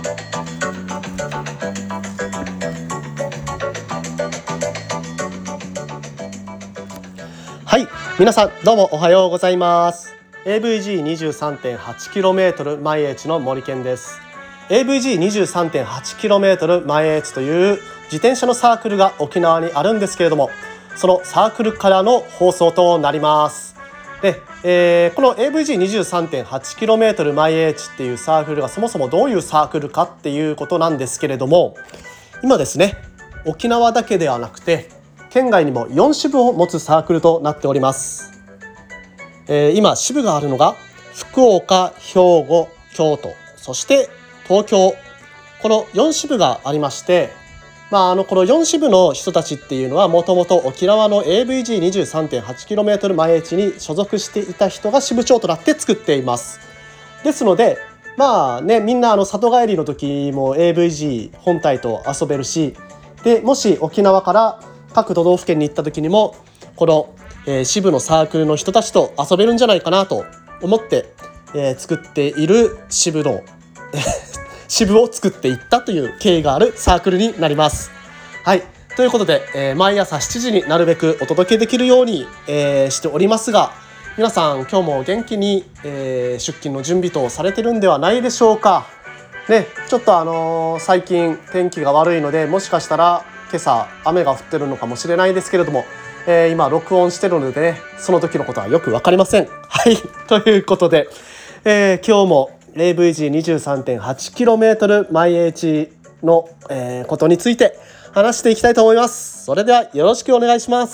はい、皆さんどうもおはようございます。 AVG23.8km 毎 H の森健です。 AVG23.8km 毎 H という自転車のサークルが沖縄にあるんですけれども、そのサークルからの放送となります。で、この AVG23.8km 毎 H っていうサークルがそもそもどういうサークルかっていうことなんですけれども、今ですね、沖縄だけではなくて県外にも4支部を持つサークルとなっております。今支部があるのが福岡、兵庫、京都、そして東京、この4支部がありまして、この4支部の人たちっていうのはもともと沖縄の AVG23.8km 毎 H に所属していた人が支部長となって作っています。ですのでみんな里帰りの時も AVG 本体と遊べるし、でもし沖縄から各都道府県に行った時にもこの、支部のサークルの人たちと遊べるんじゃないかなと思って、作っている支部の支部を作っていったという経緯があるサークルになります。はい、ということで、毎朝7時になるべくお届けできるように、しておりますが、皆さん今日も元気に、出勤の準備等されてるんではないでしょうかね。ちょっと最近天気が悪いので、もしかしたら今朝雨が降ってるのかもしれないですけれども、今録音してるのでね、その時のことはよく分かりません。はい、ということで、今日も AVG23.8km 毎 H の、ことについて話していきたいと思います。それではよろしくお願いします。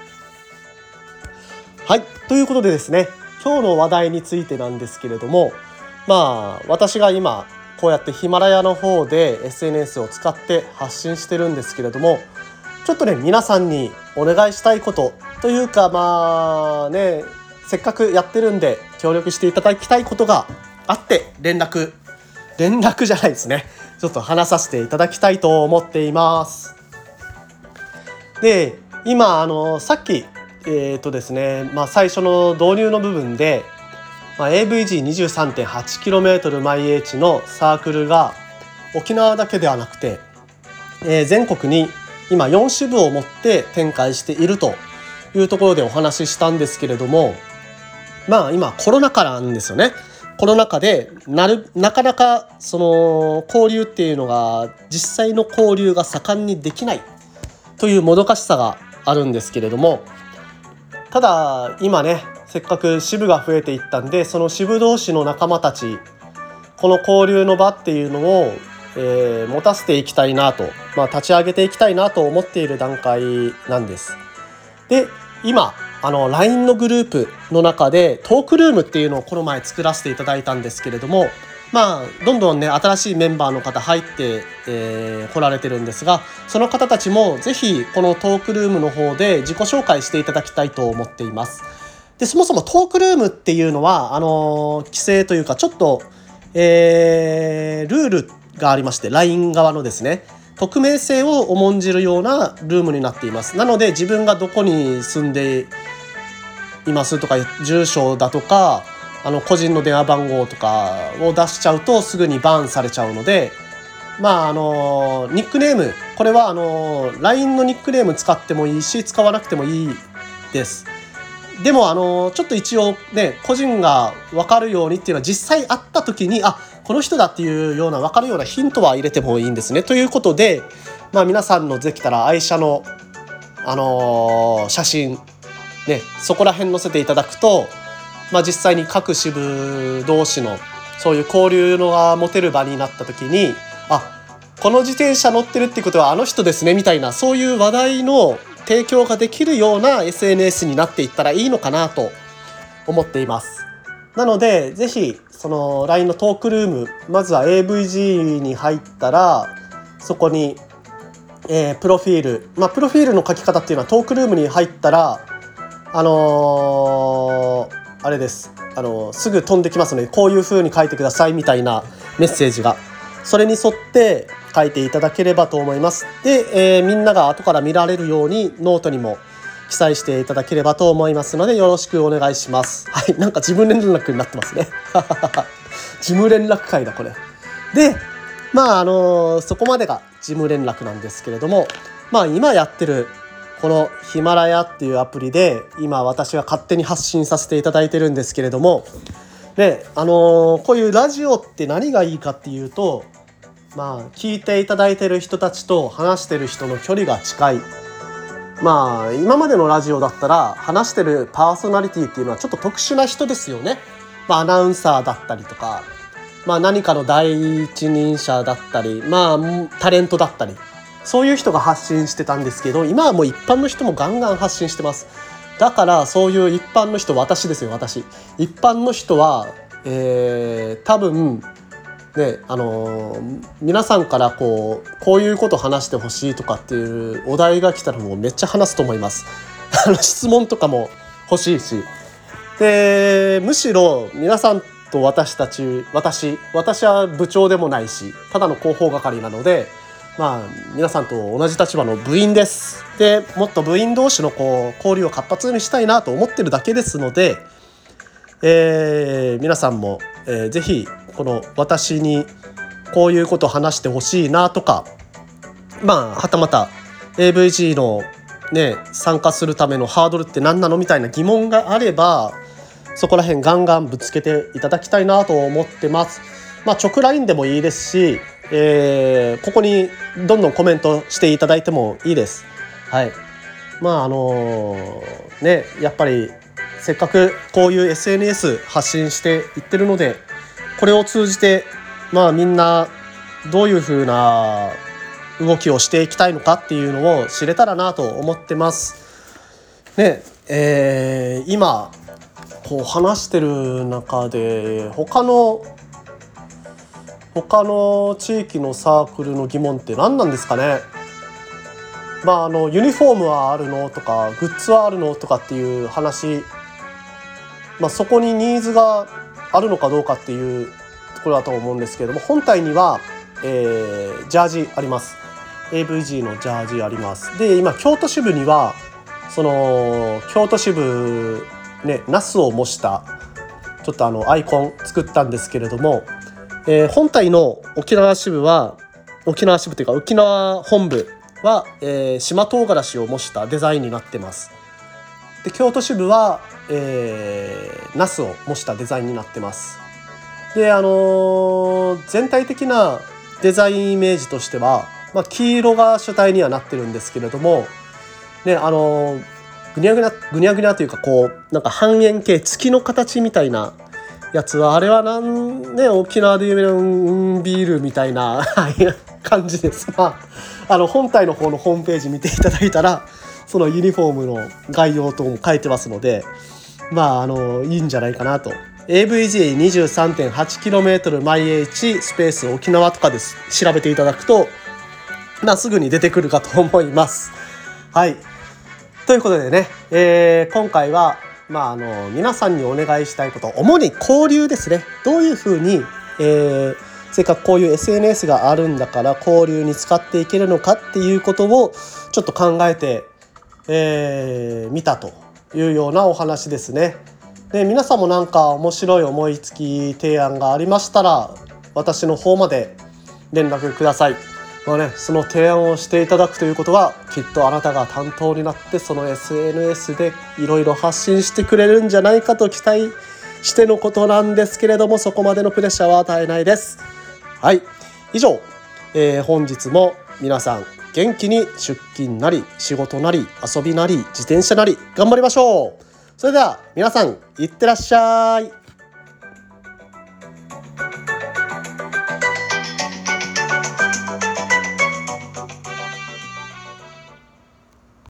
はい、ということでですね、今日の話題についてなんですけれども、私が今こうやってヒマラヤの方で SNS を使って発信してるんですけれども、ちょっとね、皆さんにお願いしたいことというか、せっかくやってるんで協力していただきたいことがあって連絡じゃないですね、ちょっと話させていただきたいと思っています。で、今さっきですね、最初の導入の部分で、AVG23.8km 毎 H のサークルが沖縄だけではなくて、全国に今4支部を持って展開しているというところでお話ししたんですけれども、今コロナ禍なんですよね。コロナ禍でなかなかその交流っていうのが、実際の交流が盛んにできないというもどかしさがあるんですけれども、ただ今ね、せっかく支部が増えていったんで、その支部同士の仲間たち、この交流の場っていうのを、持たせていきたいなと、立ち上げていきたいなと思っている段階なんです。で、今LINE のグループの中でトークルームっていうのをこの前作らせていただいたんですけれども、どんどんね、新しいメンバーの方入って、来られてるんですが、その方たちもぜひこのトークルームの方で自己紹介していただきたいと思っています。で、そもそもトークルームっていうのは規制というかちょっと、ルールがありまして、 LINE 側のですね、匿名性を重んじるようなルームになっています。なので自分がどこに住んでいますとか、住所だとか個人の電話番号とかを出しちゃうとすぐにバンされちゃうので、ニックネーム、これはLINE のニックネーム使ってもいいし使わなくてもいいです。でもちょっと一応ね、個人が分かるようにっていうのは、実際会った時にこの人だっていうような分かるようなヒントは入れてもいいんですね。ということで、皆さんのできたら愛車の写真ね、そこら辺載せていただくと、実際に各支部同士のそういう交流のが持てる場になった時に、この自転車乗ってるってことはあの人ですねみたいな、そういう話題の提供ができるような SNS になっていったらいいのかなと思っています。なのでぜひその LINE のトークルーム、まずは AVG に入ったらそこに、プロフィール、プロフィールの書き方っていうのは、トークルームに入ったらあれです、すぐ飛んできますので、こういう風に書いてくださいみたいなメッセージが、それに沿って書いていただければと思います。で、みんなが後から見られるようにノートにも記載していただければと思いますので、よろしくお願いします。はい、なんか事務連絡になってますね事務連絡会だこれで。 そこまでが事務連絡なんですけれども、今やってるこのヒマラヤっていうアプリで今私が勝手に発信させていただいてるんですけれども、こういうラジオって何がいいかっていうと、聞いていただいてる人たちと話してる人の距離が近い。今までのラジオだったら話してるパーソナリティっていうのはちょっと特殊な人ですよね。アナウンサーだったりとか、何かの第一人者だったり、タレントだったり、そういう人が発信してたんですけど、今はもう一般の人もガンガン発信してます。だからそういう一般の人、私ですよ、私。一般の人は、多分ね、皆さんからこういうこと話してほしいとかっていうお題が来たらもうめっちゃ話すと思います。質問とかも欲しいし、でむしろ皆さんと私は部長でもないし、ただの広報係なので、皆さんと同じ立場の部員です。でもっと部員同士の交流を活発にしたいなと思ってるだけですので、皆さんも、ぜひこの私にこういうことを話してほしいなとか、はたまた AVG の参加するためのハードルって何なのみたいな疑問があれば、そこら辺ガンガンぶつけていただきたいなと思ってます。直 LINE でもいいですし、ここにどんどんコメントしていただいてもいいです。はい。やっぱりせっかくこういう SNS 発信していってるので、これを通じてみんなどういう風な動きをしていきたいのかっていうのを知れたらなと思ってます今話してる中で他の地域のサークルの疑問って何なんですかね。ユニフォームはあるのとかグッズはあるのとかっていう話、そこにニーズがあるのかどうかっていうところだと思うんですけれども、本体には、ジャージあります。 AVG のジャージあります。で今京都支部にはその京都支部ナスを模したちょっとアイコン作ったんですけれども、本体の沖縄支部というか沖縄本部は、島唐辛子を模したデザインになってます。で京都支部は、ナスを模したデザインになってます。で全体的なデザインイメージとしては、黄色が主体にはなってるんですけれどもぐにゃぐにゃというかなんか半円形月の形みたいなやつは、あれは沖縄で有名なビールみたいな感じです。本体の方のホームページ見ていただいたらそのユニフォームの概要等も書いてますので、いいんじゃないかなと。 AVJ23.8km 毎 H スペース沖縄とかです調べていただくとすぐに出てくるかと思います。はい、ということでね、今回は皆さんにお願いしたいこと、主に交流ですね。どういうふうに、せっかくこういう SNS があるんだから交流に使っていけるのかっていうことをちょっと考えて見たというようなお話ですね。で皆さんもなんか面白い思いつき提案がありましたら私の方まで連絡ください。その提案をしていただくということはきっとあなたが担当になってその SNS でいろいろ発信してくれるんじゃないかと期待してのことなんですけれども、そこまでのプレッシャーは与えないです。はい、以上、本日も皆さん元気に出勤なり仕事なり遊びなり自転車なり頑張りましょう。それでは皆さんいってらっしゃい。